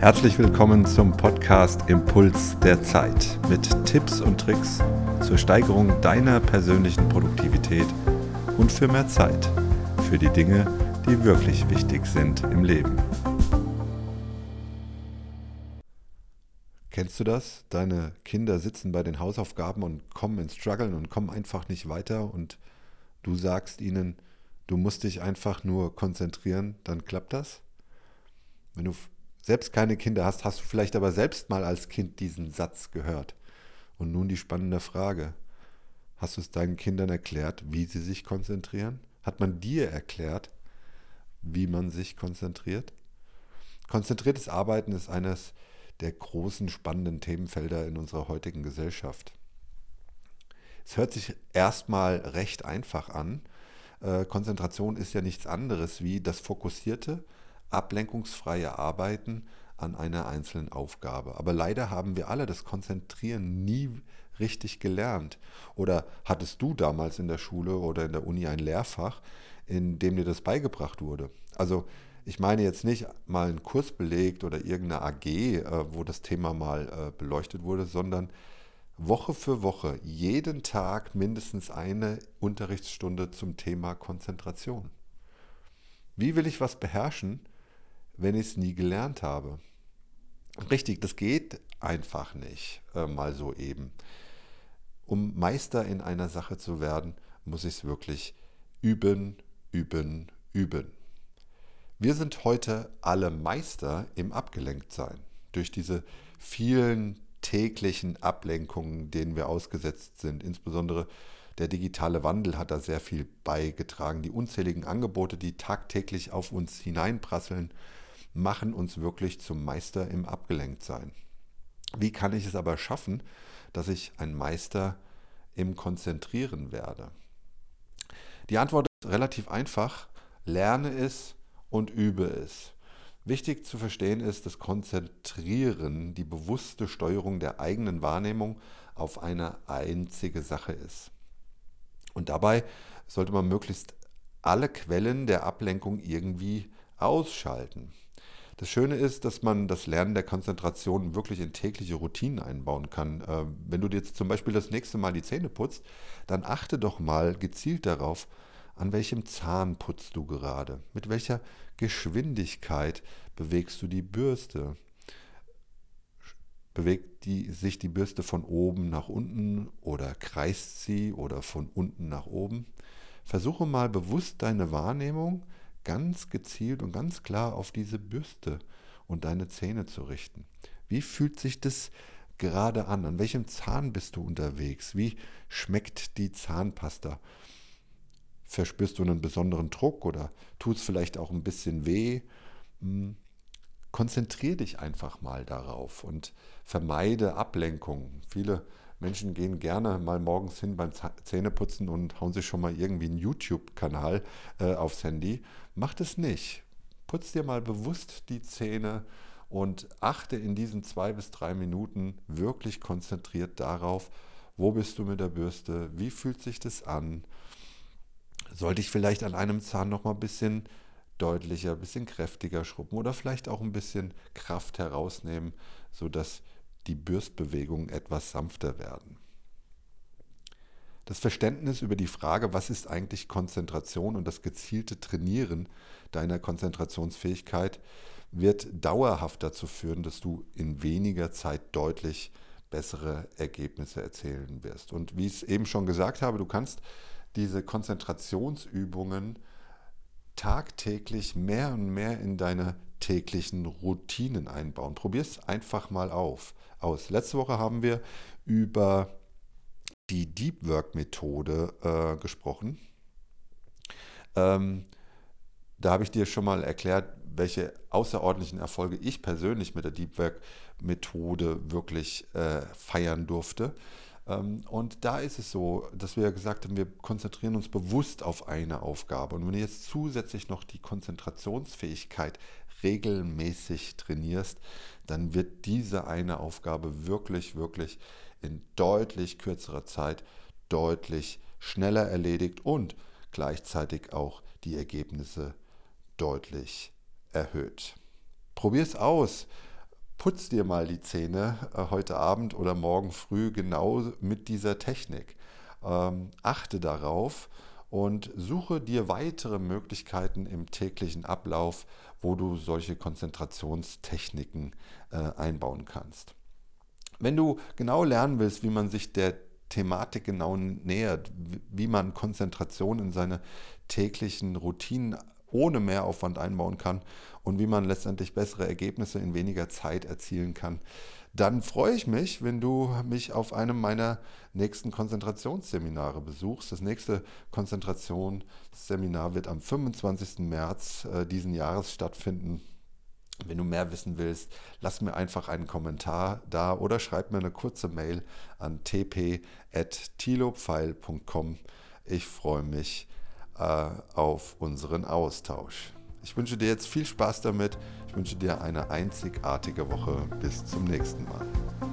Herzlich willkommen zum Podcast Impuls der Zeit mit Tipps und Tricks zur Steigerung deiner persönlichen Produktivität und für mehr Zeit für die Dinge, die wirklich wichtig sind im Leben. Kennst du das? Deine Kinder sitzen bei den Hausaufgaben und kommen ins Struggeln und kommen einfach nicht weiter und du sagst ihnen, du musst dich einfach nur konzentrieren, dann klappt das? Wenn du selbst keine Kinder hast, hast du vielleicht aber selbst mal als Kind diesen Satz gehört. Und nun die spannende Frage. Hast du es deinen Kindern erklärt, wie sie sich konzentrieren? Hat man dir erklärt, wie man sich konzentriert? Konzentriertes Arbeiten ist eines der großen spannenden Themenfelder in unserer heutigen Gesellschaft. Es hört sich erstmal recht einfach an. Konzentration ist ja nichts anderes wie das fokussierte, ablenkungsfreie Arbeiten an einer einzelnen Aufgabe. Aber leider haben wir alle das Konzentrieren nie richtig gelernt. Oder hattest du damals in der Schule oder in der Uni ein Lehrfach, in dem dir das beigebracht wurde? Also ich meine jetzt nicht mal einen Kurs belegt oder irgendeine AG, wo das Thema mal beleuchtet wurde, sondern Woche für Woche, jeden Tag mindestens eine Unterrichtsstunde zum Thema Konzentration. Wie will ich was beherrschen, wenn ich es nie gelernt habe? Richtig, das geht einfach nicht, mal so eben. Um Meister in einer Sache zu werden, muss ich es wirklich üben, üben, üben. Wir sind heute alle Meister im Abgelenktsein. Durch diese vielen täglichen Ablenkungen, denen wir ausgesetzt sind. Insbesondere der digitale Wandel hat da sehr viel beigetragen. Die unzähligen Angebote, die tagtäglich auf uns hineinprasseln, machen uns wirklich zum Meister im Abgelenktsein. Wie kann ich es aber schaffen, dass ich ein Meister im Konzentrieren werde? Die Antwort ist relativ einfach. Lerne es und übe es. Wichtig zu verstehen ist, dass Konzentrieren die bewusste Steuerung der eigenen Wahrnehmung auf eine einzige Sache ist. Und dabei sollte man möglichst alle Quellen der Ablenkung irgendwie ausschalten. Das Schöne ist, dass man das Lernen der Konzentration wirklich in tägliche Routinen einbauen kann. Wenn du dir jetzt zum Beispiel das nächste Mal die Zähne putzt, dann achte doch mal gezielt darauf, an welchem Zahn putzt du gerade? Mit welcher Geschwindigkeit bewegst du die Bürste? Bewegt sich die Bürste von oben nach unten oder kreist sie oder von unten nach oben? Versuche mal bewusst deine Wahrnehmung ganz gezielt und ganz klar auf diese Bürste und deine Zähne zu richten. Wie fühlt sich das gerade an? An welchem Zahn bist du unterwegs? Wie schmeckt die Zahnpasta? Verspürst du einen besonderen Druck oder tut es vielleicht auch ein bisschen weh? Konzentriere dich einfach mal darauf und vermeide Ablenkung. Viele Menschen gehen gerne mal morgens hin beim Zähneputzen und hauen sich schon mal irgendwie einen YouTube-Kanal aufs Handy. Mach das nicht. Putz dir mal bewusst die Zähne und achte in diesen 2 bis 3 Minuten wirklich konzentriert darauf, wo bist du mit der Bürste, wie fühlt sich das an. Sollte ich vielleicht an einem Zahn noch mal ein bisschen deutlicher, ein bisschen kräftiger schrubben oder vielleicht auch ein bisschen Kraft herausnehmen, sodass die Bürstbewegungen etwas sanfter werden. Das Verständnis über die Frage, was ist eigentlich Konzentration und das gezielte Trainieren deiner Konzentrationsfähigkeit wird dauerhaft dazu führen, dass du in weniger Zeit deutlich bessere Ergebnisse erzielen wirst. Und wie ich es eben schon gesagt habe, du kannst diese Konzentrationsübungen tagtäglich mehr und mehr in deine täglichen Routinen einbauen. Probier es einfach mal aus. Letzte Woche haben wir über die Deep Work Methode gesprochen. Da habe ich dir schon mal erklärt, welche außerordentlichen Erfolge ich persönlich mit der Deep Work Methode wirklich feiern durfte. Und da ist es so, dass wir gesagt haben, wir konzentrieren uns bewusst auf eine Aufgabe. Und wenn du jetzt zusätzlich noch die Konzentrationsfähigkeit regelmäßig trainierst, dann wird diese eine Aufgabe wirklich, wirklich in deutlich kürzerer Zeit deutlich schneller erledigt und gleichzeitig auch die Ergebnisse deutlich erhöht. Probier es aus. putz dir mal die Zähne heute Abend oder morgen früh genau mit dieser Technik. Achte darauf und suche dir weitere Möglichkeiten im täglichen Ablauf, wo du solche Konzentrationstechniken einbauen kannst. Wenn du genau lernen willst, wie man sich der Thematik genau nähert, wie man Konzentration in seine täglichen Routinen ohne Mehraufwand einbauen kann und wie man letztendlich bessere Ergebnisse in weniger Zeit erzielen kann, dann freue ich mich, wenn du mich auf einem meiner nächsten Konzentrationsseminare besuchst. Das nächste Konzentrationsseminar wird am 25. März diesen Jahres stattfinden. Wenn du mehr wissen willst, lass mir einfach einen Kommentar da oder schreib mir eine kurze Mail an tp@tilopfeil.com. Ich freue mich auf unseren Austausch. Ich wünsche dir jetzt viel Spaß damit. Ich wünsche dir eine einzigartige Woche. Bis zum nächsten Mal.